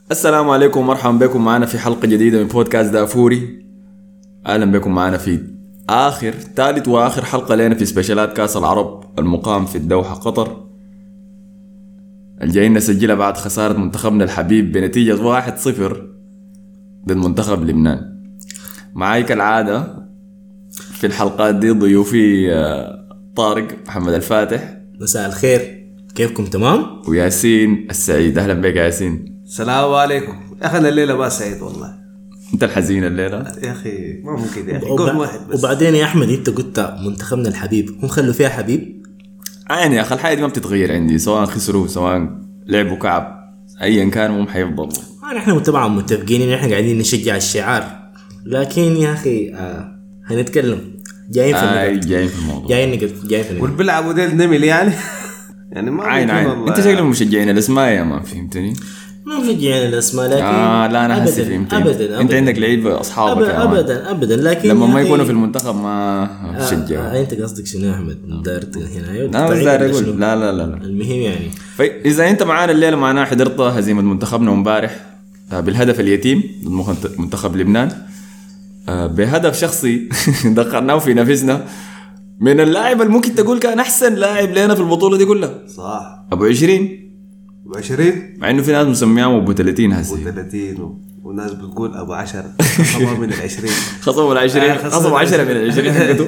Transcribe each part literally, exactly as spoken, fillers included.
السلام عليكم ومرحبا بكم معنا في حلقة جديدة من بودكاست دافوري. أهلا بكم معنا في آخر ثالث وآخر حلقة لنا في سبيشالات كاس العرب المقام في الدوحة قطر، الجايين نسجلها بعد خسارة منتخبنا الحبيب بنتيجة واحد صفر ضد منتخب لبنان. معاي كالعادة في الحلقات دي ضيوفي طارق محمد الفاتح. مساء الخير، كيفكم؟ تمام؟ وياسين السعيد. أهلا بك ياسين. السلام عليكم. يا أخي الليلة ما سعيد والله. أنت الحزين الليلة يا أخي ما ممكن يا أخي وب... قول واحد بس. وبعدين يا أحمد أنت قلت منتخبنا الحبيب، هم خلوا فيها حبيب؟ يعني يا أخي الحياة دي ما بتتغير عندي، سواء خسروا سواء لعبوا كعب أيا كان هم حيفضلوا. نحن طبعا متفقين إن إحنا قاعدين نشجع الشعار، لكن يا أخي آه هنتكلم جايين في آه النقد جايين في الموضوع جايين نقد جايين في النقد والبيلعبوا ديل نمل يعني يعني ما عين عين. أنت شكلك مشجعين الأسماء يا ما فهمتني. ما مشجعين الأسماء لكن آه لا أنا حسي فهمتني. أبدا أنت عندك لعيبة أصحابك أبدا أبدا, أبداً. لكن لما ما يكونوا في المنتخب ما بشجعوا. آه آه أنت قصدك شنو يا أحمد؟ دارت هنا أيوة لا بس داير أقول لا لا لا لا المهم يعني فإذا أنت معانا الليلة معناها حضرت هزيمة منتخبنا امبارح بالهدف اليتيم ضد منتخب لبنان بهدف شخصي دخلناه في نفسنا من اللاعب الممكن تقول كان أحسن لاعب لنا في البطولة دي كلها، صح. أبو عشرين أبو عشرين مع إنه في ناس مسميهم أبو ثلاثين هسي أبو ثلاثين و... وناس بتقول أبو عشرة خصموا من العشرين خصموا العشرين خصموا عشرة من العشرين حقته.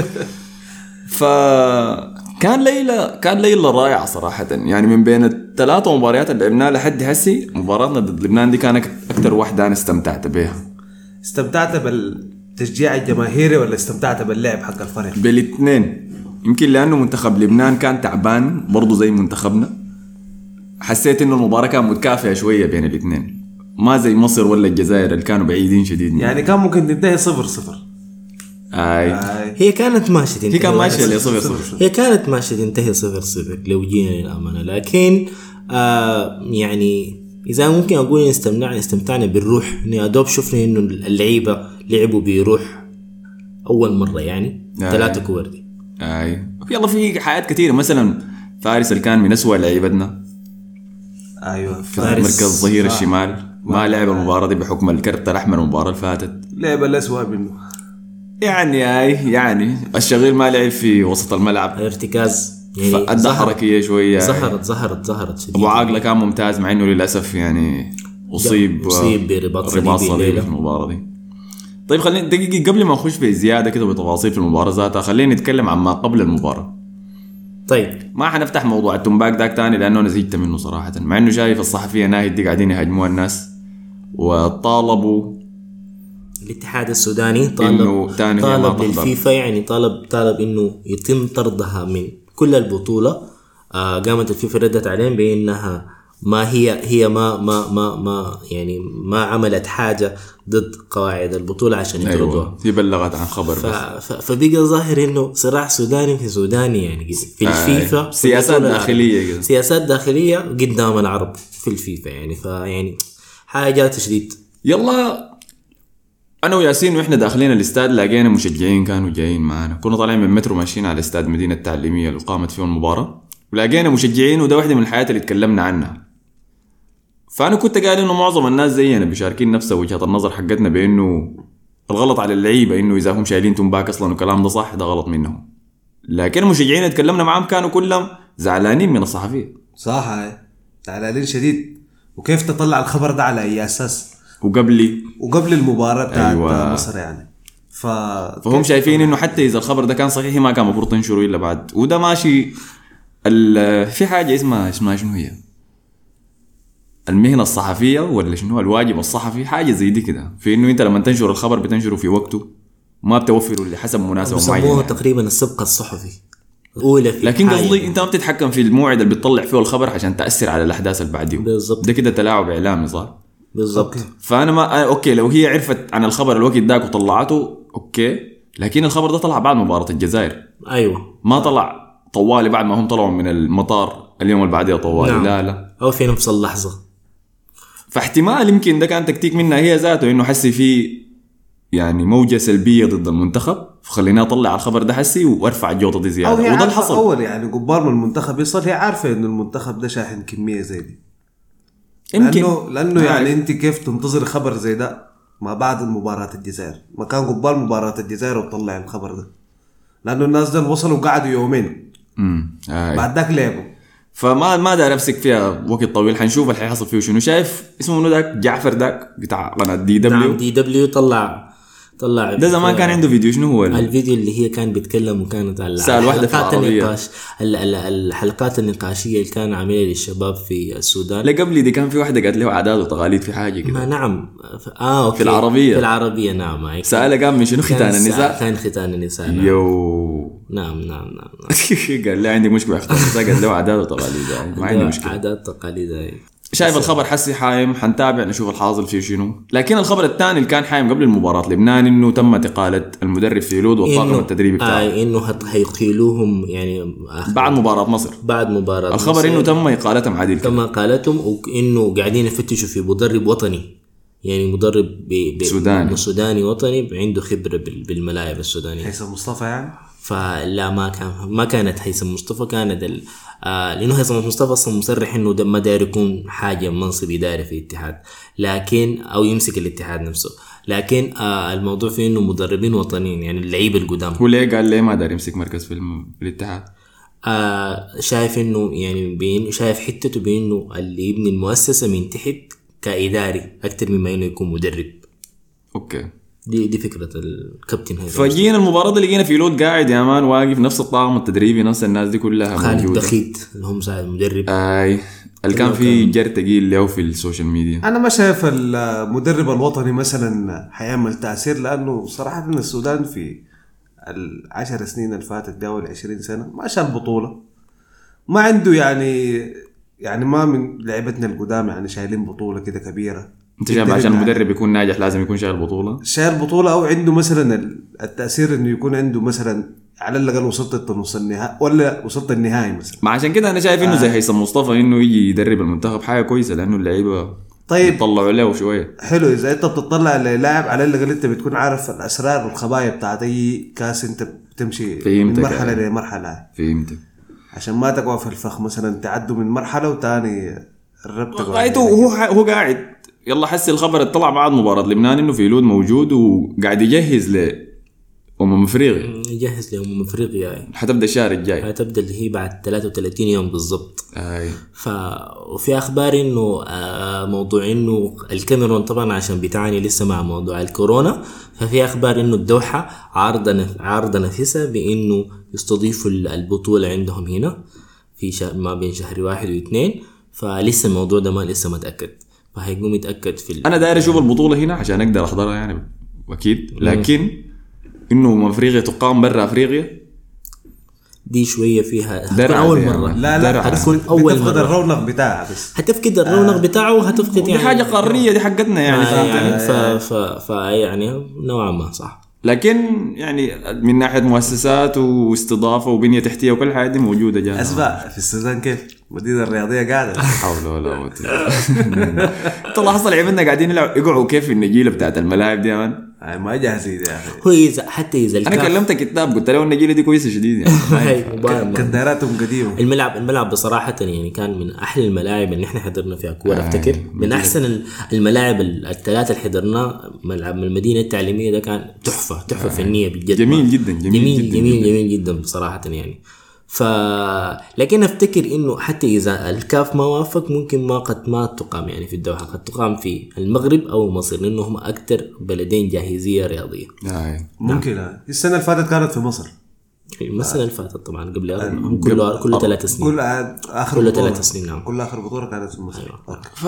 فكان ليلة كان ليلة رائعة صراحة. يعني من بين الثلاثة مباريات اللي لعبناها لحد هسي مباراتنا ضد لبنان دي كانت أكتر واحدة أنا استمتعت بها. استمتعت بالتشجيع الجماهيري ولا استمتعت باللعب حق الفريق؟ بالاثنين. يمكن لأنه منتخب لبنان كان تعبان برضو زي منتخبنا، حسيت إنه المباراة كانت متكافئة شوية بين الاثنين، ما زي مصر ولا الجزائر اللي كانوا بعيدين شديد. يعني كان ممكن تنتهي صفر صفر. آي. آي. هي كانت ماشية تنتهي هي كان ماشية لي صفر صفر هي كانت ماشية تنتهي صفر صفر لو جينا للأمانة. لكن آه يعني إذا ممكن أقول إن استمتعنا استمتعنا بالروح، إني أدوب شفنا إنه اللعيبة لعبوا بروح أول مرة يعني ثلاثة كور دي. آي. يلا في حياة كتير، مثلا فارس اللي كان من أسوأ لعيبتنا أيوة في مركز ظهير الشمال ما لعب المباراة دي بحكم الكرت الأحمر المباراة اللي فاتت، لعب الأسوأ منه يعني آي يعني الشغيل ما لعب في وسط الملعب، الارتكاز يعني فأدى حركية شوية. ظهرت ظهرت ظهرت شديد. أبو عاقلة كان ممتاز مع إنه للأسف يعني أصيب أصيب برباط صليبي في المباراة دي. طيب خلينا دقيقة قبل ما نخش في زيادة كده بتفاصيل في المباراة ذاتها، خلينا نتكلم عن ما قبل المباراة. طيب ما حنفتح موضوع التنباك داك تاني لأنه أنا زهقت منه صراحة، مع إنه شايف الصحفية ناهد دي قاعدين يهاجموا الناس وطالبوا الاتحاد السوداني طالب طالب للفيفا يعني طالب طالب إنه يتم طردها من كل البطولة. آه قامت الفيفا ردت عليهم بأنها ما هي هي ما ما ما ما يعني ما عملت حاجة ضد قواعد البطولة عشان يطردوها. أيوة. هي بلغت عن خبر ف... ف... فبقى ظاهر إنه صراع سوداني في سوداني يعني في الفيفا. آه. سياسات داخلية كده. سياسات داخلية قدام العرب في الفيفا يعني فيعني حاجة تشديد. يلا أنا وياسين وإحنا داخلين الاستاد لقينا مشجعين كانوا جايين معنا، كنا طالعين من مترو ماشيين على استاد مدينة التعليمية اللي قامت فيه المباراة، ولقينا مشجعين وده واحدة من الحياة اللي اتكلمنا عنها. فأنا كنت قال إنه معظم الناس زينا بيشاركين نفس وجهة النظر حقتنا بإنه الغلط على اللعيبة، إنه إذا هم شايلين تنباك أصلاً وكلام ده صح ده غلط منهم. لكن المشجعين اتكلمنا معهم كانوا كلهم زعلانين من الصحفية. صح هاي زعلانين شديد. وكيف تطلع الخبر ده على أي أساس؟ وقبلي وقبل المباراة بتاعت أيوة. مصر يعني ف... فهم شايفين إنه حتى إذا الخبر ده كان صحيح ما كان مفروض تنشره إلا بعد، وده ماشي. في حاجة اسمها اسمها شنو هي المهنة الصحفية ولا شنو الواجب الصحفي، حاجة زي دي كده، في إنه أنت لما تنشر الخبر بتنشره في وقته ما بتوفره لحسب مناسبة معينة. بسموه تقريبا السبق الصحفي أولى في لكن قصدي أنت ما بتتحكم في الموعد اللي بتطلع فيه الخبر عشان تأثر على الأحداث اللي بعديه. بالضبط. ده كده تلاعب إعلامي صح. بالضبط. فأنا ما أوكي لو هي عرفت عن الخبر الوقت داك وطلعته أوكي، لكن الخبر ده طلع بعد مباراة الجزائر. أيوة. ما طلع طوالي بعد ما هم طلعوا من المطار اليوم اللي بعديه طوالي. نعم. لا لا أو في نفس اللحظة. فاحتمال يمكن ده كان تكتيك منها هي ذاته إنه حسي فيه يعني موجة سلبية ضد المنتخب، فخلينا أطلع الخبر ده حسي وارفع الجوطة دي زيادة. وده اللي حصل أول يعني قبار من المنتخب يصل هي عارفة إنه المنتخب ده شاحن كمية زي دي. لانه لانه يعني انت كيف تنتظر خبر زي ده ما بعد مباراة الجزائر؟ ما كان قبال مباراة الجزائر وطلع الخبر ده، لانه الناس دول وصلوا قعدوا يومين امم آه. بعد ذاك لعبوا. فما ما دار نفسك فيها وقت طويل، حنشوف اللي حيحصل فيه شنو. شايف اسمه منو ذاك جعفر ذاك بتاع قناه دي دبليو؟ نعم دي دبليو طلع طلع ده زمان كان عنده فيديو. شنو هو الفيديو اللي هي كان بيتكلم وكانت على سأل واحدة في العربية، الحلقات النقاشية اللي كان عاملها للشباب في السودان. لا قبل دي كان في واحدة قالت له عادات وتقاليد في حاجة كده. نعم اه أوكي. في العربية في العربية نعم. سأله قام من شنو ختان النساء؟ كان ختان النساء نعم. يو نعم نعم نعم, نعم. قال لا عندي مشكلة ختان النساء، قال له عادات وتقاليد ما عندي مشكلة. عادات وتقاليد. شايف الخبر حسي حايم، حنتابع نشوف الحاصل فيه شنو. لكن الخبر الثاني اللي كان حايم قبل المباراة لبنان انه تم اقالة المدرب فيلود والطاقم التدريبي بتاعه. آه انه حيقيلوهم يعني بعد مباراة مصر. بعد مباراة الخبر مصر انه تم اقالتهم عادل. تم اقالتهم وانه قاعدين يفتشوا في مدرب وطني، يعني مدرب ب... ب... سوداني سوداني وطني عنده خبرة بال... بالملاعب السودانية. هيثم مصطفى يعني؟ فلا ما كان ما كانت هيثم مصطفى، كانت ال... آه لأنه هيثم مصطفى أصلا مصرح إنه ده ما داير يكون حاجة منصب إداري في الاتحاد، لكن أو يمسك الاتحاد نفسه، لكن آه الموضوع في إنه مدربين وطنيين يعني اللعيبة القدام. هو ليه قال ليه ما داير يمسك مركز في, الم... في الاتحاد؟ آه شايف إنه يعني بين شايف حتته بإنه اللي يبني المؤسسة من تحت كإداري أكتر مما إنه يكون مدرب. أوكي دي دي فكرة الكابتن هيثم. فجينا المباراة اللي لقينا في لود قاعد يا مان واقف نفس الطاقم التدريبي نفس الناس دي كلها خالد موجودة. دخيت اللي هم مساعد المدرب. اي اللي كان في جر تقيل له في السوشيال ميديا. انا ما شايف المدرب الوطني مثلا حيعمل تأثير، لانه صراحة ان السودان في العشر سنين اللي فاتت ده والعشرين سنة ما شال بطولة، ما عنده يعني يعني ما من لعبتنا القدام يعني شايلين بطولة كده كبيرة. انت شايف عشان المدرب يكون ناجح لازم يكون شايل بطولة؟ شايل بطولة او عنده مثلا التأثير انه يكون عنده مثلا على الاقل وصلت النص النهائي ولا وصلت النهائي مثلا. ما عشان كده انا شايف انه آه. زي هيثم مصطفى انه يجي يدرب المنتخب حاجة كويسة، لانه اللعيبة طيب يطلعوا له شوية. حلو اذا انت بتطلع للاعب على الاقل انت بتكون عارف الاسرار والخبايا بتاعت اي كاس انت بتمشي من مرحلة لمرحلة. فهمتك. عشان ما تقع في الفخ مثلا تعدوا من مرحلة وتاني الربط. رايته هو هو قاعد يلا حسي الخبر طلع بعد مباراة لبنان انه في لود موجود وقاعد يجهز لأمم افريقيا. يجهز لأمم افريقيا يعني. حتبدا الشهر الجاي. حتبدا اللي هي بعد ثلاثة وثلاثين يوم بالضبط. اي. ف وفي اخبار انه موضوع انه الكاميرون طبعا عشان بتعاني لسه مع موضوع الكورونا، ففي اخبار انه الدوحة عارضة عارضة نفسها بانه يستضيفوا البطولة عندهم هنا في شهر ما بين شهر واحد واثنين، فلسه الموضوع ده ما لسه متأكد، فهيقوم يتأكد في ال... أنا داير أشوف البطولة هنا عشان أقدر أحضرها يعني أكيد، لكن إنه أفريقيا تقام برا أفريقيا دي شوية فيها هتكون أول مرة. لا لا هتكون أول مرة. هتفقد الرونق بتاعها بس. هتفقد الرونق آه. بتاعه وهتفقد يعني. دي حاجة قارية دي حقتنا يعني. آه يعني ف ف ف يعني نوعا ما صح. لكن يعني من ناحية مؤسسات واستضافة وبنية تحتية وكل حاجة دي موجودة جاهزة. أسباب في السودان كيف المدينة الرياضية قاعدة. حول ولا قوة. طلع حصل عملنا قاعدين يقعوا كيف النجيلة بتاعت الملاعب دي مان. ما جاهزين يا أخي. هو إذا حتى إذا أنا كلمت كتاب قلت له النجيلة دي كويسة شديد يعني. كداراتهم قديمة. الملعب الملعب بصراحة يعني كان من أحلى الملاعب اللي إحنا حضرنا فيها كورة. أفتكر من أحسن الملاعب الثلاثة اللي حضرنا ملعب من المدينة التعليمية ده كان تحفة تحفة فنية بجد. جميل جدا جميل جميل جدا جميل, جدا. جميل جدا بصراحة يعني. ف لكن افتكر انه حتى اذا الكاف ما وافق ممكن ما قد ما تقام يعني في الدوحة، قد تقام في المغرب او مصر لانه هم اكثر بلدين جاهزية رياضية. آه. ممكن نعم. السنة اللي فاتت كانت في مصر. السنة اللي فاتت طبعا قبل هم كل كل ثلاث سنين. كل اخر كل ثلاث سنين نعم. كل اخر بطولة كانت في مصر. أيوة. ف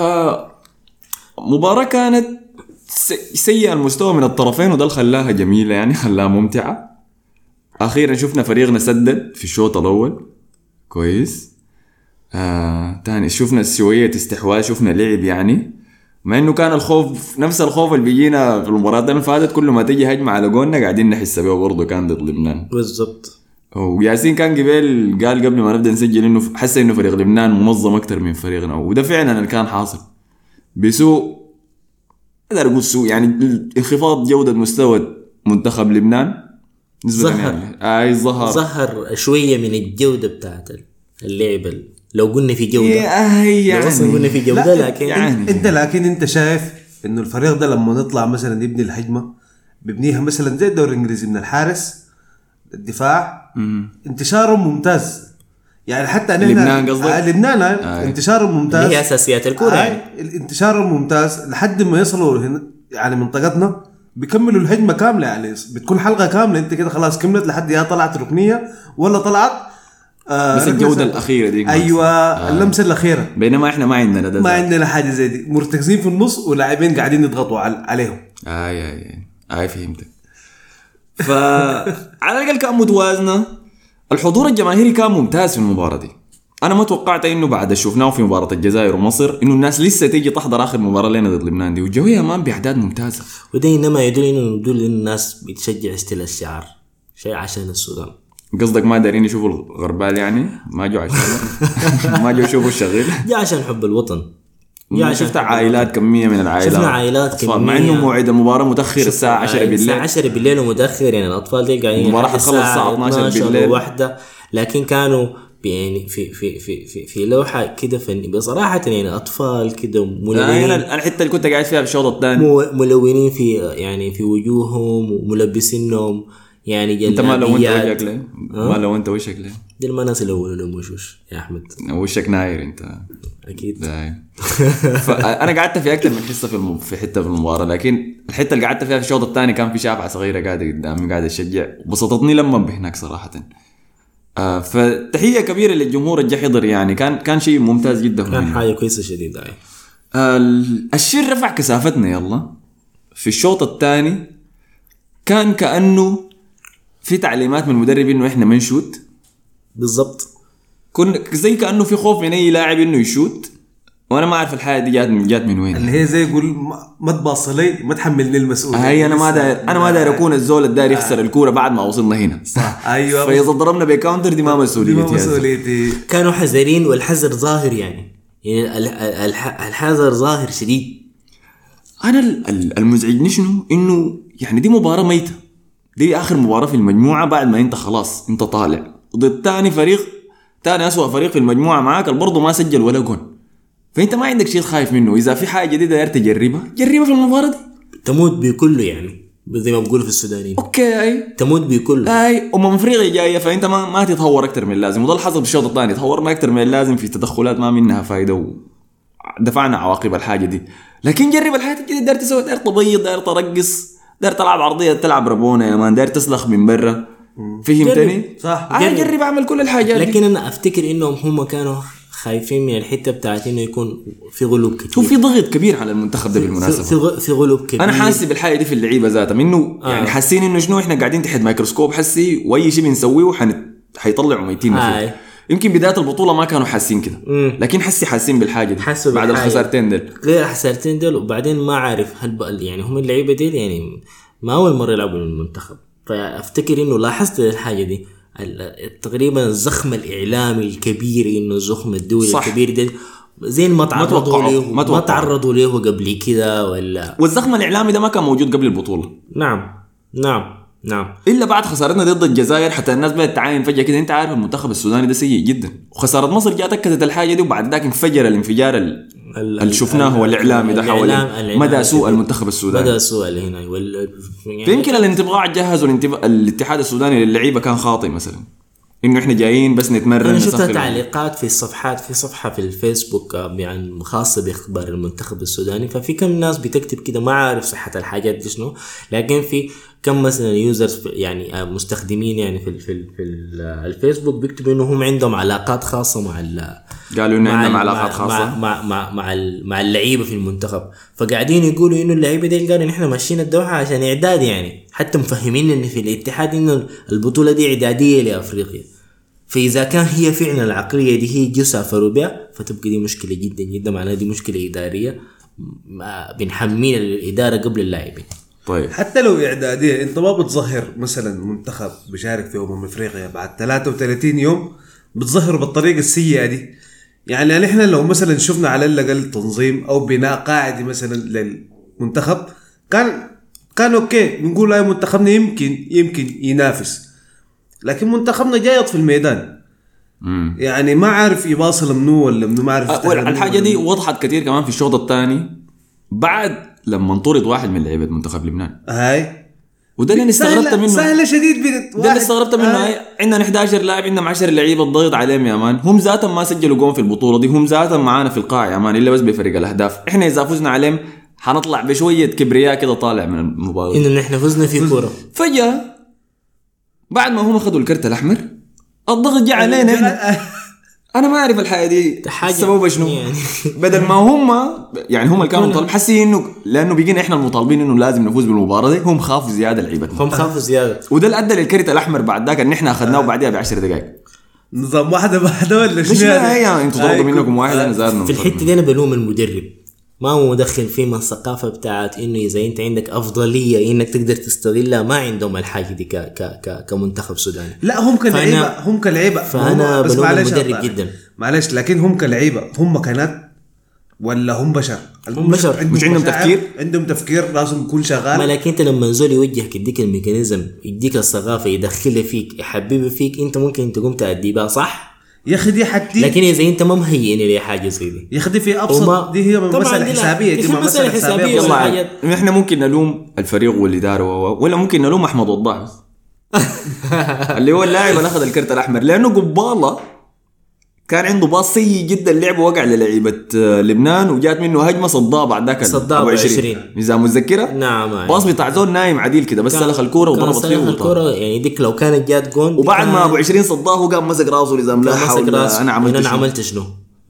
مباراة كانت سيئة المستوى من الطرفين وده خلاها جميلة يعني خلاها ممتعة. أخيرا شفنا فريقنا سدد في الشوط الأول كويس. آه، تاني شفنا شوية استحواذ، شفنا لعب يعني، مع إنه كان الخوف نفس الخوف اللي بيجينا في المباراة اللي فاتت كل ما تيجي هجمة على جولنا قاعدين نحس بيه برضه كان ضد لبنان بالضبط. وياسين كان قبل قال قبل ما نبدأ نسجل إنه حس إنه فريق لبنان منظم أكتر من فريقنا، وده فعلا اللي كان حاصل بسوء أقدر أقول سوء يعني انخفاض جودة مستوى منتخب لبنان. ظهر يعني. آه ظهر ظهر شوية من الجودة بتاعت اللعب لو قلنا في جودة يعني لو اصلا قلنا في جودة لكن يعني انت لكن انت شايف انه الفريق ده لما نطلع مثلا يبني الهجمة بيبنيها مثلا زي الدوري الانجليزي من الحارس الدفاع مم. انتشارهم ممتاز يعني حتى لبنان قصدك آه لبنان آه. انتشارهم ممتاز هي اساسيات الكرة آه يعني. انتشارهم ممتاز لحد ما يصلوا هنا يعني منطقتنا بيكملوا الهجمة كاملة يعني بتكون حلقة كاملة انت كده خلاص كملت لحد يا طلعت ركنية ولا طلعت آه بس الجودة الأخيرة دي أيوة آه. اللمسة الأخيرة بينما إحنا ما عندنا ده ما عندنا حاجة زي دي مرتكزين في النص ولاعبين قاعدين يضغطوا عليهم آي آي آي فهمتك. فعلى الأقل كان متوازنة. الحضور الجماهيري كان ممتاز في المباراة دي. أنا ما توقعت إنه بعد شوفناه في مباراة الجزائر ومصر إنه الناس لسه تيجي تحضر آخر مباراة لنا ضد لبنان دي والجوية أمام بأعداد ممتازة. وده إنما يدل إنه يدل الناس بتشجع استيل الشعار شيء عشان السودان. قصدك ما دارين يشوفوا الغربال يعني ما جو عشان ما جو يشوفوا الشغيل جا عشان حب الوطن. شفت عائلات كمية من العائلات شفنا عائلات كمية مع إنه موعد المباراة متأخر الساعة عشرة بالليل الساعة عشرة بالليل ومتأخر يعني الأطفال دي قاعدين المباراة حتخلص الساعة اثناشر بالليل واحدة لكن كانوا يعني في في في في في لوحة كده فني بصراحة يعني أطفال كده ملونين. أنا الحتة اللي كنت قاعد فيها في الشوط الثاني ملونين في يعني في وجوههم وملبسينهم يعني جلابيات. انت ما لو انت وجهك ليه؟ أه؟ ما لو انت وشك ليه؟ دي المناس اللي يلونوا وشوش يا احمد وشك ناير انت اكيد. فانا قعدت في اكثر من حصه في الم... في حته في المباراه لكن الحته اللي قعدت فيها في الشوط الثاني كان في شافعه صغيره قاعده قدامي قاعده تشجع وبسطتني لما بهناك صراحه. آه فتحيه كبيره للجمهور اللي حضر يعني كان كان شيء ممتاز جدا كان حاجه كويسه شديده. آه الشيء رفع كثافتنا يلا في الشوط الثاني كان كانه في تعليمات من المدرب انه احنا ما نشوت بالضبط. كن زي كانه في خوف من اي لاعب انه يشوت وانا ما اعرف الحاجه دي جات من جات من وين اللي هي زي يقول ما تباص لي ما تحملني المسؤوليه. هي انا ما داير انا ما داير اكون الزول الداير يخسر الكوره بعد ما وصلنا هنا صح. ايوه فاذا ضربنا بكاونتر دي ما مسؤوليتي ما مسؤوليتي. كانوا حذرين والحذر ظاهر يعني يعني الحذر ظاهر شديد. انا المزعجني شنو انه يعني دي مباراه ميته دي اخر مباراه في المجموعه بعد ما انت خلاص انت طالع ضد تاني فريق تاني أسوأ فريق في المجموعه معاك برضه ما سجل ولا جون فانت ما عندك شيء خايف منه. اذا في حاجه جديده داير تجربها جربها في المباراه دي تموت بكله يعني زي ما بقول في السودانيين اوكي اي تموت بكله اي امم افريقيا جايه فانت ما ما تتهور اكثر من اللازم وده الحصل بالشوط الثاني تهورنا اكثر من اللازم في تدخلات ما منها فايده ودفعنا عواقب الحاجه دي. لكن جرب الحاجه الجديده داير تسوي داير تبيض داير ترقص داير تلعب عرضيه تلعب ربونه يا مان داير تسلخ من برا فهمتني صح. انا جرب اعمل كل الحاجات لكن انا افتكر انهم هم كانوا خايفين من الحته بتاعت انه يكون في غلوب كتير وفي ضغط كبير على المنتخب ده بالمناسبه في في غلوب كبير. انا حاسس بالحاجه دي في اللعيبه ذاتها منه آه. يعني حاسين انه شنو احنا قاعدين تحت ميكروسكوب حسي واي شيء بنسويه حن... حيطلعوا ميتين آه. يمكن بدايه البطوله ما كانوا حاسين كده لكن حسي حاسين بالحاجه دي بعد الخسارتين دول غير الخسارتين دول وبعدين ما عارف هل بقى يعني هم اللعيبه دي يعني ما اول مره يلعبوا المنتخب فافتكر انه لاحظت الحاجه دي تقريبا الزخم الاعلامي الكبير انه الزخم الدولي صح. الكبير ده زين ما تعرضوا له ما, ما تعرضوا له قبل كده ولا والزخم الاعلامي ده ما كان موجود قبل البطوله. نعم نعم نعم الا بعد خسارتنا ضد الجزائر حتى الناس بدات تعاين فجاه كده. انت عارف المنتخب السوداني ده سيء جدا وخساره مصر جات اكدت الحاجه دي وبعد ذاك انفجر الانفجار اللي شفناه والاعلامي ده حول مدى سوء المنتخب السوداني مدى سوء اللي هنا وال... يعني يمكن الانطباع جهزوا الاتحاد السوداني للعيبه كان خاطئ مثلا انه احنا جايين بس نتمرن. انا شفت تعليقات في الصفحات في صفحه في الفيسبوك يعني خاصه باخبار المنتخب السوداني ففي كم ناس بتكتب كده ما عارف صحه الحاجات دي شنو لكن في كم مثلا يوزرز يعني مستخدمين يعني في في في الفيسبوك بيكتبوا انه هم عندهم علاقات خاصه مع قالوا انه عندهم علاقات خاصه مع مع مع مع, مع اللعيبه في المنتخب فقاعدين يقولوا انه اللعيبه دي قالوا احنا ماشيين الدوحه عشان اعداد يعني حتى مفهمين ان في الاتحاد انه البطوله دي اعداديه لافريقيا فاذا كان هي فعلا العقليه دي هي جو سافروا بها فتبقى دي مشكله جدا جدا معناها دي مشكله اداريه بنحمينا للاداره قبل اللاعبين. طيب حتى لو إعدادية أنت ما بتظهر مثلا منتخب بيشارك في أمم أفريقيا بعد ثلاثة وثلاثين يوم بتظهر بالطريقة السيئة دي يعني نحن لو مثلا شفنا على الأقل تنظيم أو بناء قاعدي مثلا للمنتخب كان كان أوكي بنقول أي منتخبنا يمكن يمكن ينافس لكن منتخبنا جايط في الميدان مم. يعني ما عارف يواصل منو ولا منو ما عارف. الحاجه دي وضحت كثير كمان في الشوط الثاني بعد لما انطرد واحد من لعيبه منتخب لبنان. هاي وده اللي استغربت منه سهله شديد بنت ده اللي استغربت منه. هاي عندنا إحدى عشر لاعب عندنا عشر لعيبه الضغط عليهم يا مان. هم ذاتهم ما سجلوا جون في البطوله دي. هم ذاتهم معانا في القاع يا مان الا بس بفرق الاهداف. احنا اذا فزنا عليهم حنطلع بشويه كبرياء كده طالع من المباراه انه احنا فزنا في كوره. فجاه بعد ما هم اخذوا الكرت الاحمر الضغط جاء علينا احنا. انا ما اعرف الحاجه دي السبب شنو يعني. بدل ما هم يعني هم اللي كانوا مطالبين حاسين انه لانه بيجينا احنا المطالبين انه لازم نفوز بالمباراه دي. هم خافوا زياده لعيبتنا. هم خافوا زياده وده اللي ادى للكرت الاحمر بعد ذاك ان احنا اخذناه بعدها بعشر دقائق. نظام واحده واحده ولا شنو؟ مش هي انتوا طلبوا منكم واحد انا زادنا في الحته دي. انا بلوم المدرب ما هو مدخل فيه من الثقافة بتاعت إنه إذا أنت عندك أفضلية إنك تقدر تستغلها. ما عندهم الحاجة دي ك ك ك كمنتخب سوداني. لا هم كلعيبة هم كلعيبة فأنا بلوم المدرب جدا. معلش لكن هم كلعيبة هم كانت ولا هم بشر. هم بشر مش عندهم تفكير. عندهم تفكير لازم يكون شغال. ما لكن أنت لما نزول يوجهك يديك الميكانيزم يديك الثقافة يدخلها فيك يحببه فيك أنت ممكن تقوم تأدي بها صح. يا اخي دي حتى لكن اذا انت ما مهيئين لي حاجه زي دي يا اخي دي في ابسط وما... دي هي مساله حسابيه. دي مساله حسابيه. يلا احنا ممكن نلوم الفريق والاداره ولا ممكن نلوم احمد وضاح اللي هو اللاعب اللي اخذ الكرت الاحمر لانه قباله كان عنده باص سيء جدا. لعبه وقع للعيبه لبنان وجات منه هجمه صداه بعد ذاك ابو عشرين اذا متذكره. نعم باص بتاع زول نايم عديل كده بس سلخ الكوره وضربت فيه الكوره. يعني ديك لو كانت جات جون وبعد ما ابو عشرين صداه وقام مسك راسه لزام لا حول انا عملت انا عملت شنو.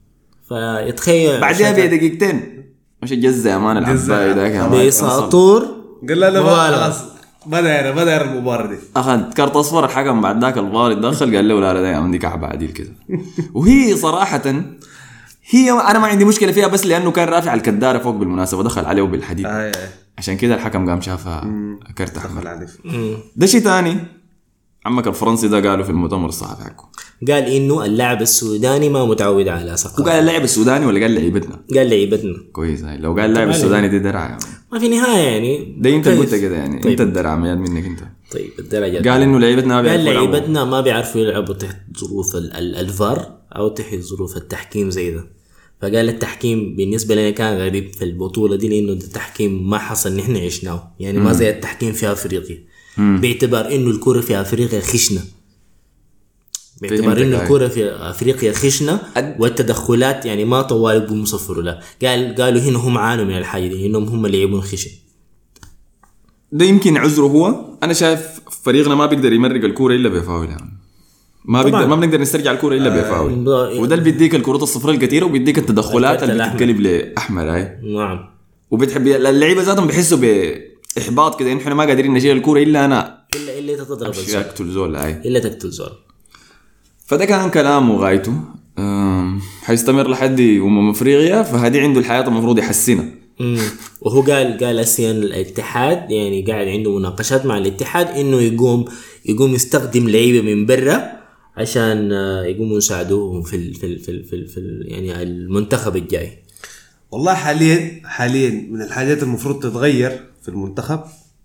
فيتخيل بعدها بدقيقتين مش جزء يا مان العبايه ذاك بيساطور قال لا لا خلاص ما داير ما داير المباراه دي. اخذ كارت اصفر الحكم بعد ذاك الفار يتدخل قال له لا لا ده عندي كعبه عديل كده. وهي صراحه هي انا ما عندي مشكله فيها بس لانه كان رافع الكداره فوق بالمناسبه دخل عليه بالحديد. آه عشان كده الحكم قام شافها كارت احمر. ده شيء ثاني. عمك الفرنسي ده قالوا في المؤتمر الصحفي حقه قال انه اللاعب السوداني ما متعود على ثقافه. وقال اللاعب السوداني ولا قال لعيبتنا؟ قال لعيبتنا. كويس. هاي لو قال اللاعب السوداني دي درع يعني. ما في نهايه يعني ده انت قلت كده يعني. طيب. انت الدرع مياد منك انت. طيب الدرجه قال انه لعيبتنا ما بيعرفوا يلعبوا. لعيبتنا ما بيعرفوا يلعبوا تحت ظروف الفار او تحت ظروف التحكيم زي ده. فقال التحكيم بالنسبه لنا كان غريب في البطوله دي لانه التحكيم ما حصل نحن عشناه يعني. ما زي التحكيم في افريقيا باعتبار انه الكره في افريقيا خشنه. باعتبار انه الكره في افريقيا خشنه والتدخلات يعني ما طوال بمصفروا لا. قال قالوا هنا هم عانوا من الحاجه دي انهم هم اللي يلعبون خشن. ده يمكن عذره هو. انا شايف فريقنا ما بيقدر يمرق الكوره الا بفاول يعني. ما بيقدر ما بنقدر نسترجع الكوره الا بفاول. آه وده اللي بيديك الكرات الصفراء الكثيره وبيديك التدخلات اللي بتتقلب لاحمر. هاي نعم. وبتحب اللعيبه ذاتهم بيحسوا باحباط كده. احنا ما قادرين نشيل الكوره الا انا الا الا تضرب الزول تقتل زول. هاي الا تقتل زول. فده كان كلامه وغايته. حيستمر لحد أمم أفريقيا. فهذه عنده الحياة المفروض يحسنها. وهو قال قال أسيان الاتحاد يعني قاعد عنده مناقشات مع الاتحاد إنه يقوم يقوم يستخدم لعيبة من برا عشان يقوموا يساعدوهم في ال في ال في ال في, ال في ال يعني المنتخب الجاي. والله حاليا حاليا من الحاجات المفروض تتغير في المنتخب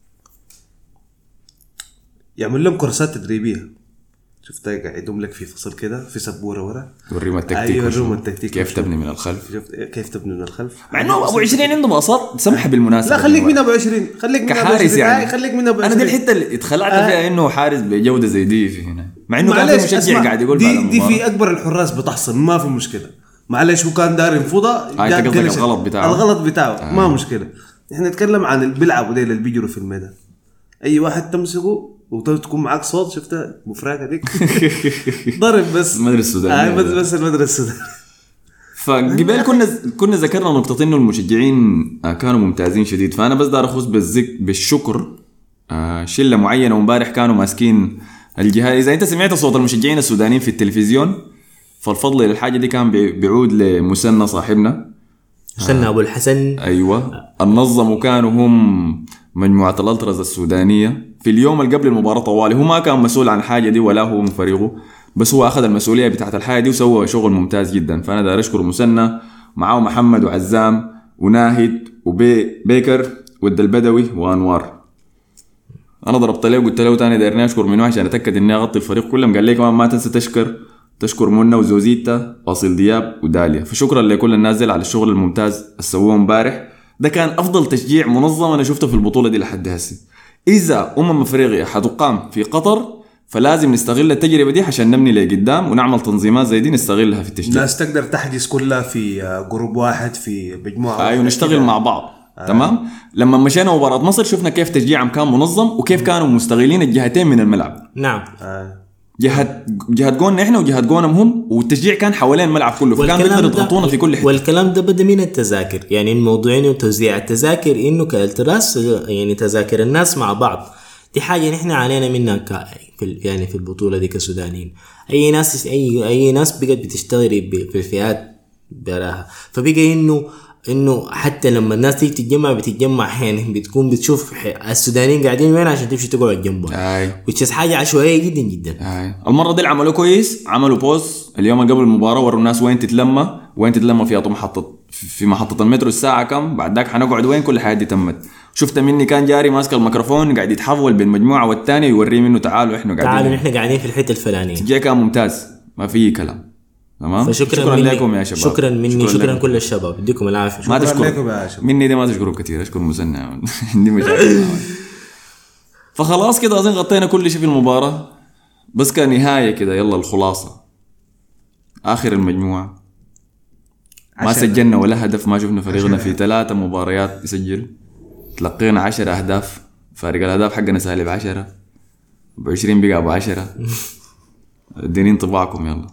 يعمل لهم كورسات تدريبية. شفتها قاعدهم لك في فصل كده في سبوره ورا وريهم التكتيك. أيوة التكتيك كيف تبني من الخلف. شفت كيف تبني من الخلف. مع انه ابو عشرين عنده باصات سمحه بالمناسبه. لا خليك من ابو عشرين خليك من كحارس يعني. خليك من ابو عشرين. انا دي الحته اللي اتخلعت آه. فيها انه حارس بجوده زي دي في هنا. مع انه كان في مشجع قاعد يقول دي, دي في اكبر الحراس بتحصل ما في مشكله. معلش هو كان دار ينفضها. آه الغلط بتاعه الغلط بتاعه آه. ما مشكله. احنا نتكلم عن اللي بيلعبوا ديل اللي بيجروا في الميدان. اي واحد تمسكه وتكون معك صوت شفتها مفرقه ديك ضرب بس المدرسه السودانيه. آه بس المدرسه السودانيه. فقبل كنا كنا ذكرنا نقطتين انه المشجعين كانوا ممتازين شديد. فانا بس دار اخص بالذكر بالشكر شله معينه. وامبارح كانوا ماسكين الجهاز. اذا انت سمعت صوت المشجعين السودانيين في التلفزيون فالفضل للحاجه دي كان بيعود لمسنى صاحبنا مسنى ابو الحسن. ايوه النظموا كانوا هم مجموعه الالتراز السودانيه في اليوم اللي قبل المباراه طوالي. هو ما كان مسؤول عن الحاجه دي ولا هو من فريقه بس هو اخذ المسؤوليه بتاعت الحاجه دي وسوى شغل ممتاز جدا. فانا داير اشكر مسنى معاه محمد وعزام وناهد وبيكر ود البدوي وانوار. انا ضربت له قلت له تاني دايرني اشكر منه عشان اتاكد اني اغطي الفريق كلهم. قال لي كمان ما تنسى تشكر تشكر منى وزوزيتا واصل دياب وداليا. فشكرا لكل الناس دي على الشغل الممتاز اللي سووه امبارح. ده كان افضل تشجيع منظم انا شفته في البطوله دي لحد هسه. اذا امم افريقيا حتقام في قطر فلازم نستغل التجربه دي عشان نبني لقدام ونعمل تنظيمات زي دي نستغلها في التشجيع. الناس تقدر تحجز كلها في جروب واحد في مجموعه. ايوه نشتغل مع بعض. آه. تمام. لما مشينا مباراه مصر شفنا كيف تشجيعهم كان منظم وكيف كانوا مستغلين الجهتين من الملعب. نعم. آه. جهه جهه جوننا احنا وجهه جونهم هم والتشجيع كان حوالين الملعب كله فكان بيقدروا يضغطونا في كل حته. والكلام ده بدا من التذاكر يعني الموضوعين وتوزيع التذاكر انه كالتراس يعني تذاكر الناس مع بعض دي حاجه نحن علينا منها ك في يعني في البطوله دي كسودانيين. اي ناس اي اي ناس بقت بتشتغل في الفئات براها فبقى انه انه حتى لما الناس تيجي تتجمع بتتجمع يعني بتكون بتشوف السودانيين قاعدين وين عشان تمشي تقعد جنبهم. اي وتشيز حاجه عشوائيه جدا جدا. اي المره دي عملوا كويس. عملوا بوز اليوم قبل المباراه وروا الناس وين تتلمى وين تتلمى في محطه في محطه المترو الساعه كم بعد ذاك حنقعد وين كل حاجه دي تمت. شفت مني كان جاري ماسك الميكروفون قاعد يتحول بين مجموعه والثانيه يوريه منه تعالوا احنا قاعدين تعالوا احنا قاعدين في الحته الفلانيه. تجي كان ممتاز ما في كلام. تمام. فشكرا شكرا لكم يا شباب. شكرا مني شكرا, شكرا كل الشباب يديكم العافيه. ما تشكر مني دي ما تشكروا كثير اشكر مسنع عندي مشاكل. فخلاص كده اظن غطينا كل شيء في المباراه بس كنهايه كده يلا الخلاصه. اخر المجموعه ما سجلنا ولا هدف. ما شفنا فريقنا في ثلاثه مباريات يسجل. تلقينا عشرة اهداف فارق الاهداف حقنا سالب عشرة بعشرين بقى ابو عشرة. اديني انطباعكم يلا.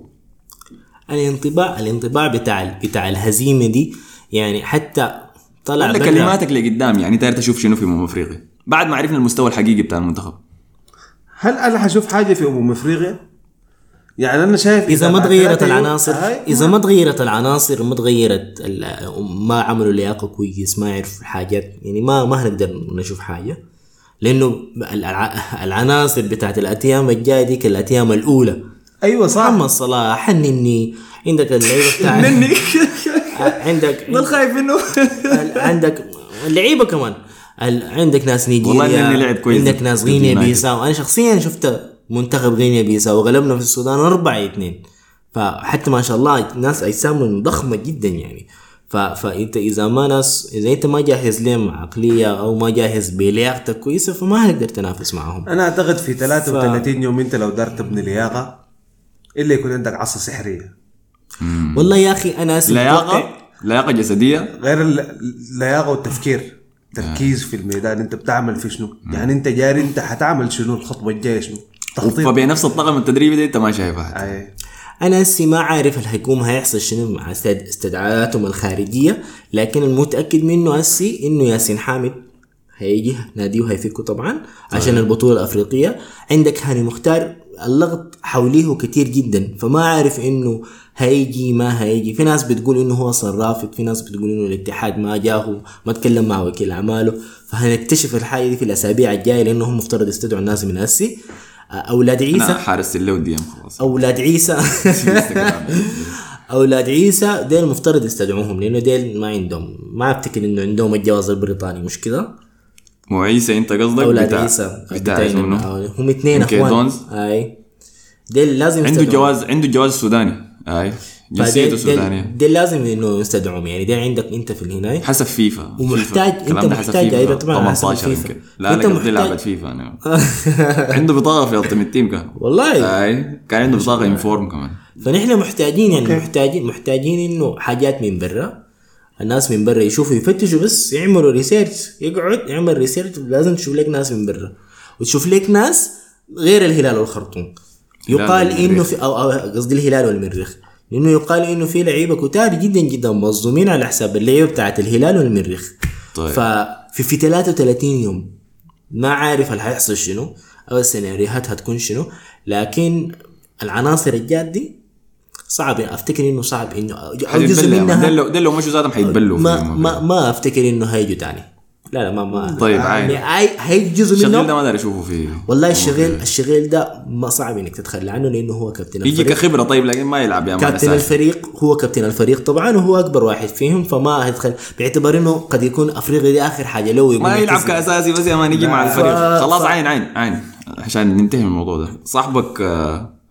الانطباع الانطباع بتاع بتاع الهزيمه دي يعني حتى طلع ولا كلماتك لقدام يعني داير تشوف شنو في امم افريقيا بعد ما عرفنا المستوى الحقيقي بتاع المنتخب. هل انا حشوف حاجه في امم افريقيا؟ يعني انا شايف اذا ما تغيرت العناصر اذا ما تغيرت العناصر وما تغيرت ما عملوا لياقه كويس ما يعرفوا الحاجات يعني ما ما هنقدر نشوف حاجه لانه العناصر بتاعت الاتيام الجايه دي الاتيام الاولى. ايوه صح. محمد صلاح حنني عندك اللعيبه بتاعت مني عندك ما خايف منه. عندك اللعيبه كمان عندك ناس نيجيريا عندك ناس غينيا بيساو. انا شخصيا شفت منتخب غينيا بيساو وغلبنا في السودان أربعة اثنين فحتى ما شاء الله ناس اجسام ضخمه جدا يعني. فانت اذا ما ناس اذا انت ما جاهز لهم عقليه او ما جاهز بلياقتك كويسه فما هتقدر تنافس معهم. انا اعتقد في ثلاثة وثلاثين ف... يوم انت لو دارت تبني لياقه الا يكون عندك عصا سحريه. مم. والله يا اخي انا لياقه لياقه جسديه غير اللياقه والتفكير تركيز آه. في الميدان انت بتعمل في شنو مم. يعني انت جاري انت حتعمل شنو الخطوه الجايه شنو تخطيط. فبنفس الطاقم التدريبي دي انت ما شايفها. أي. انا هسي ما عارف هل هيكون هيحصل شنو مع استدعاءاتهم الخارجيه لكن المتاكد منه هسي انه ياسين حامد هيجي ناديه وهيفكه طبعا عشان طيب. البطوله الافريقيه. عندك هاني مختار اللغط حوليه كتير جدا فما عارف انه هيجي ما هيجي. في ناس بتقول انه هو اصلا رافض في ناس بتقول انه الاتحاد ما جاه ما تكلم مع وكيل اعماله. فهنكتشف الحاجه دي في الاسابيع الجايه لانه هم مفترض يستدعوا الناس من هسي. اولاد عيسى انا حارس اللو دي خلاص. اولاد عيسى اولاد عيسى ديل مفترض يستدعوهم لانه ديل ما عندهم ما افتكر انه عندهم الجواز البريطاني مش كده. مو عيسى انت قصدك اولاد عيسى هم اثنين اخوان. اي ديل لازم عنده جواز عنده جواز سوداني. اي جنسيته سودانيه. ديل لازم انه يستدعوهم يعني ديل عندك انت في الهنايه حسب فيفا ومحتاج انت محتاج ايوه طبعا حسب فيفا. لا لا قبل لعبه فيفا انا عنده بطاقه في التيم التيم كان والله. اي كان عنده بطاقه انفورم كمان. فنحن محتاجين يعني محتاجين محتاجين انه حاجات من برا الناس من برا يشوفوا يفتشوا بس يعملوا ريسيرش يقعد يعمل ريسيرش. لازم تشوف لك ناس من برا وتشوف لك ناس غير الهلال والخرطوم. يقال انه في او قصدي الهلال والمريخ لانه يقال انه في لعيبه كتار جدا جدا منظمين على حساب اللعيبه بتاعت الهلال والمريخ. طيب. ففي في ثلاثة وثلاثين يوم ما عارف هل هيحصل شنو او السيناريوهات هتكون شنو لكن العناصر الجاد دي صعب افتكر انه صعب انه جزء منها دلو دلو مش زادهم حيتبلوا ما ما ما افتكر انه هيجوا تاني. لا لا ما ما طيب عين يعني هي جزء منه. الشغل ده ما داري اشوفه فيه والله. الشغل الشغل ده ما صعب انك تتخلى عنه لانه هو كابتن الفريق. يجي كخبره طيب لكن ما يلعب يا كابتن الفريق. هو كابتن الفريق طبعا وهو اكبر واحد فيهم فما هيدخل باعتبار انه قد يكون افريقيا دي اخر حاجه لو ما يلعب كاساسي بس يا ما نيجي مع الفريق. خلاص عين عين عين عشان ننتهي من الموضوع ده. صاحبك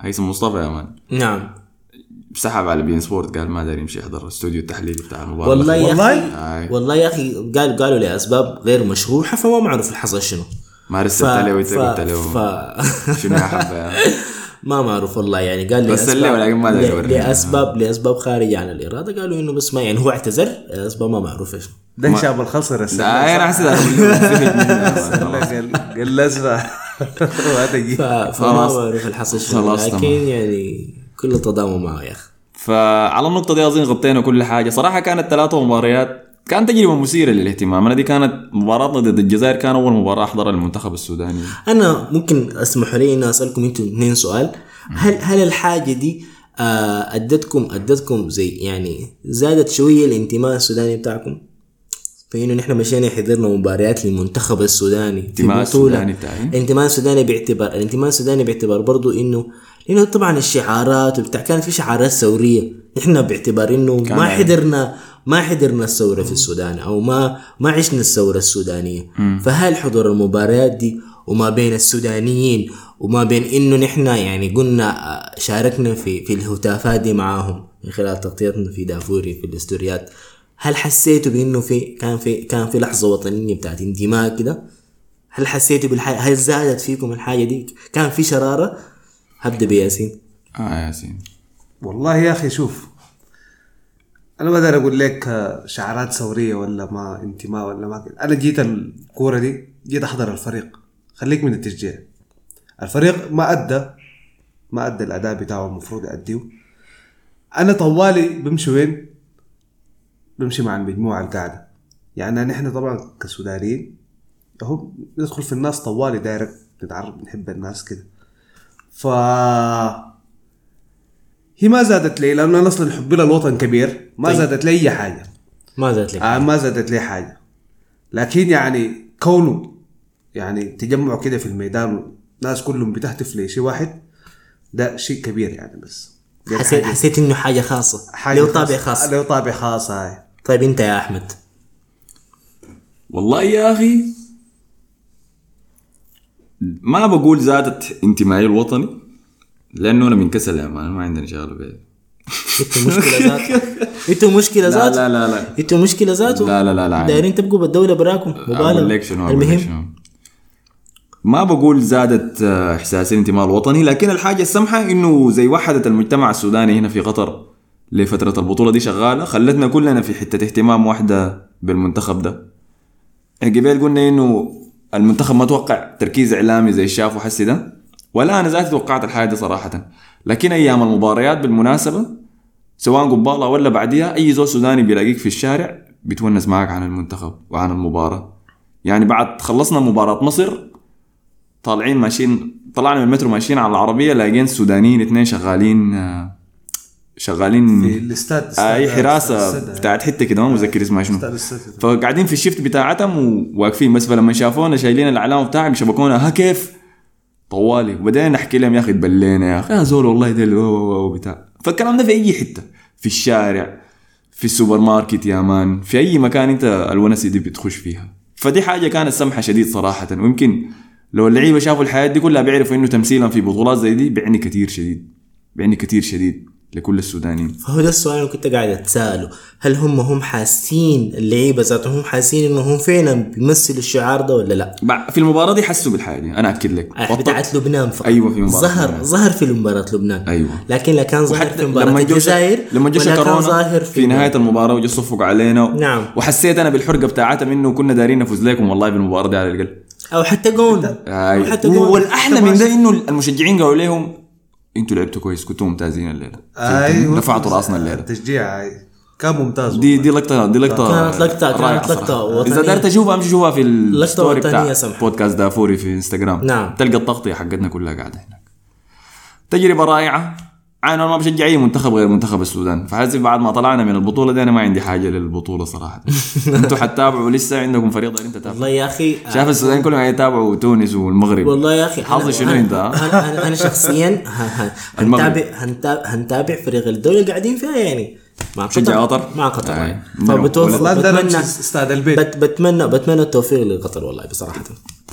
هيثم مصطفى يا مان. نعم. سحب على بين سبورت، قال ما داري يمشي يحضر الاستوديو التحليلي بتاع المباراة. والله يا والله أخي والله يا أخي قال قالوا لأسباب غير مشروحة، فما معروف الحصل شنو. ما رسلت عليه ويتقلت عليه ف... شنو يا حبة ما معروف والله يعني. قال لي بس اللي ولكن ما ل... لأسباب لأسباب خارجة عن الإرادة. قالوا إنه بس ما يعني هو اعتذر أسباب ما معروف إيش. ده ما... شاب الخصر رسل لا أنا حسيت قال قال لازم فما معروف الحصل شنو، لكن يعني كله تضامن معه يا أخي. فعلى النقطة دي أظن غطينا كل حاجة صراحة. كانت ثلاثة مباريات كانت تجربة مثيرة للاهتمام. أنا دي كانت مباراتنا ضد الجزائر، كان أول مباراة أحضرها المنتخب السوداني. أنا ممكن أسمحوا لي إن أسألكم أنتم اثنين سؤال. هل هل الحاجة دي أدتكم أدتكم زي يعني زادت شوية الانتماء السوداني بتاعكم؟ فإنه نحن مشينا حضرنا مباريات للمنتخب السوداني في بطولة. الانتماء السوداني باعتبار الانتماء السوداني باعتبار برضو إنه لأنه طبعا الشعارات وبتاع كانت في شعارات ثورية. نحن باعتبار إنه ما حضرنا ما حضرنا الثورة في السودان أو ما ما عشنا الثورة السودانية. م. فهل حضور المباريات دي وما بين السودانيين وما بين إنه نحن يعني قلنا شاركنا في في الهتافات دي معاهم من خلال تغطيتنا في دافوري في الاستوريات، هل حسيتوا بإنه في كان في كان في لحظة وطنية بتاعت انتماء كده؟ هل حسيتوا بالحاجة؟ هل زادت فيكم الحاجة دي؟ كان في شرارة؟ هبدأ بياسين. آه ياسين. والله يا أخي شوف، أنا ما أقدر أقول لك شعارات ثورية ولا ما انتماء ولا ما كده. أنا جيت الكورة دي جيت أحضر الفريق، خليك من التشجيع. الفريق ما أدى ما أدى الأداء بتاعه المفروض يأديه. أنا طوالي بمشي وين؟ بمشي مع المجموعة القاعدة. يعني نحن طبعا كسودانيين أهو ندخل في الناس طوالي دايرك، نتعرف نحب الناس كده. ف هي ما زادت لي لأنه أنا أصلا حبي للوطن كبير. ما طيب. زادت لي أي حاجة. ما زادت لي آه ما زادت لي حاجة. لكن يعني كونه يعني تجمعوا كده في الميدان ناس كلهم بتهتف لشيء واحد، ده شيء كبير يعني. بس حسيت حسيت إنه حاجة خاصة، حاجة له طابع خاص، له طابع خاص. هاي طيب أنت يا أحمد؟ والله يا أخي ما بقول زادت انتمائي الوطني لأنه أنا من كسل يا مان، ما عندنا شغل بيه. إنتوا مشكلة ذات إنتوا مشكلة ذات لا لا لا إنتوا مشكلة ذاته. لا لا لا لا دايرين تبقوا بالدولة براكم مبالغ. المهم ما بقول زادت إحساس الانتماء الوطني، لكن الحاجة السمحة إنه زي وحدة المجتمع السوداني هنا في قطر لفترة البطولة دي شغالة، خلتنا كلنا في حتة اهتمام واحدة بالمنتخب ده. قبل قلنا إنه المنتخب ما توقع تركيز إعلامي زي الشاف وحسي ده، ولا أنا ذاتي توقعت الحاجة دي صراحة. لكن أيام المباريات بالمناسبة سواء قبالة ولا بعديها أي زول سوداني بيلاقيك في الشارع بيتونس معك عن المنتخب وعن المباراة. يعني بعد خلصنا مباراة مصر طالعين ماشيين، طلعنا من المترو ماشيين على العربية لاقين سودانيين اثنين شغالين شغالين في الاستاد اي حراسة بتاعت حتة كده ما مذكر اسمها شنو، فقاعدين في الشيفت بتاعتهم وواقفين بس. فلما شافونا شايلين العلامة بتاعهم شبكونا ها كيف طوالي، وبدأنا نحكي لهم يا أخي تبلينا يا أخي يا زول والله ده وبتاع. فالكلام ده في أي حتة، في الشارع، في السوبر ماركت يا مان، في أي مكان أنت الونسي دي بتخش فيها. فدي حاجة كانت سمحة شديد صراحة. ويمكن لو اللعيبة شافوا الحياة دي كلها بيعرفوا إنه تمثيلا في بطولات زي دي بيعني كتير شديد، بيعني كتير شديد لكل السودانيين. فهو ده السؤال اللي كنت قاعد أتساءله، هل هم هم حاسين اللعيبة ذاتهم هم حاسين إنه هم فعلا بيمثلوا الشعار ده ولا لا؟ في المباراة دي حسوا بالحاجة دي، أنا أكد لك. بتاعت لبنان فقط. أيوة في مباراة ظهر لبنان. ظهر في مباراة لبنان. أيوة. لكن لا كان ظاهر في مباراة الجزائر لما جوش كورونا في, في نهاية المباراة وجو صفقوا علينا. نعم. وحسيت أنا بالحرقة بتاعتها منه كنا دارين نفوز لكم والله بالمباراة دي على الأقل. أو حتى جون. أو حتى جون. والأحلى من ده إنه المشجعين قالوا لهم انتوا لعبتوا كويس، كنتوا ممتازين الليله. ايوه رفعتوا راسنا الليله. التشجيع هاي كان ممتاز. دي دي لقطه دي لقطه كانت لقطه كانت لقطه وطنيه. اذا قدرت اشوفها امشي شوفها في الستوري بتاع بودكاست دافوري في انستغرام. نعم. تلقى التغطيه حقتنا كلها قاعده هناك. تجربه رائعه. انا ما بشجع اي منتخب غير منتخب السودان، فحاسب بعد ما طلعنا من البطوله دي انا ما عندي حاجه للبطوله صراحه. انتوا حتتابعوا لسه عندكم فريق دارين تتابعوا. والله يا اخي شاف السودان كلهم يتابعوا تونس والمغرب. والله يا اخي حظي شنو انت؟ انا انا شخصيا هنتابع هنتابع فريق الدوله اللي قاعدين فيها يعني مع شجع قطر مع قطر. فبتوفق بتمنى استاد البيت بتمنى بتمنى التوفيق لقطر والله بصراحه.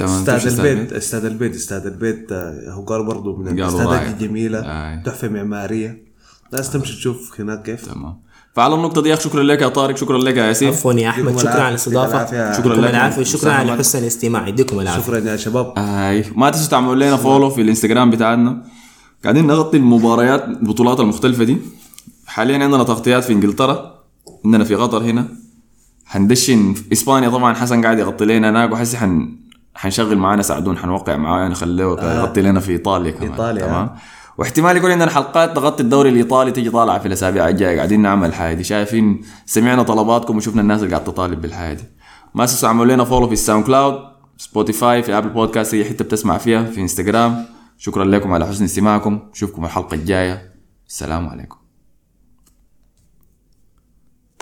استاد البيت استاد البيت استاد البيت هو قال برضو من الاستادات الجميله آه. تحفه معماريه ناس تمشي تشوف هناك كيف. تمام. فعلى النقطه دي شكرا لك يا طارق شكرا لك يا ياسين عفوا يا احمد شكرا على الاستضافه شكرا لك العافيه شكرا على حسن الاستماع يديكم العافيه شكرا يا شباب. اي ما تنسوا تعملوا لنا فولو في الانستغرام بتاعنا قاعدين نغطي المباريات البطولات المختلفه دي. حاليا عندنا تغطيات في انجلترا عندنا في قطر هنا حندشن في اسبانيا طبعا حسن قاعد يغطي لنا هناك وحسي حن حنشغل معانا سعدون حنوقع معاه نخليه يغطي لنا في ايطاليا كمان إيطاليا. تمام. واحتمال يكون عندنا حلقات تغطي الدوري الايطالي تيجي طالعه في الاسابيع الجايه قاعدين نعمل حاجه دي شايفين سمعنا طلباتكم وشفنا الناس اللي قاعده تطالب بالحاجه دي. ما تنسوا تعملوا لنا فولو في الساوند كلاود سبوتيفاي في ابل بودكاست اي حته بتسمع فيها في انستغرام. شكرا لكم على حسن استماعكم نشوفكم الحلقه الجايه السلام عليكم.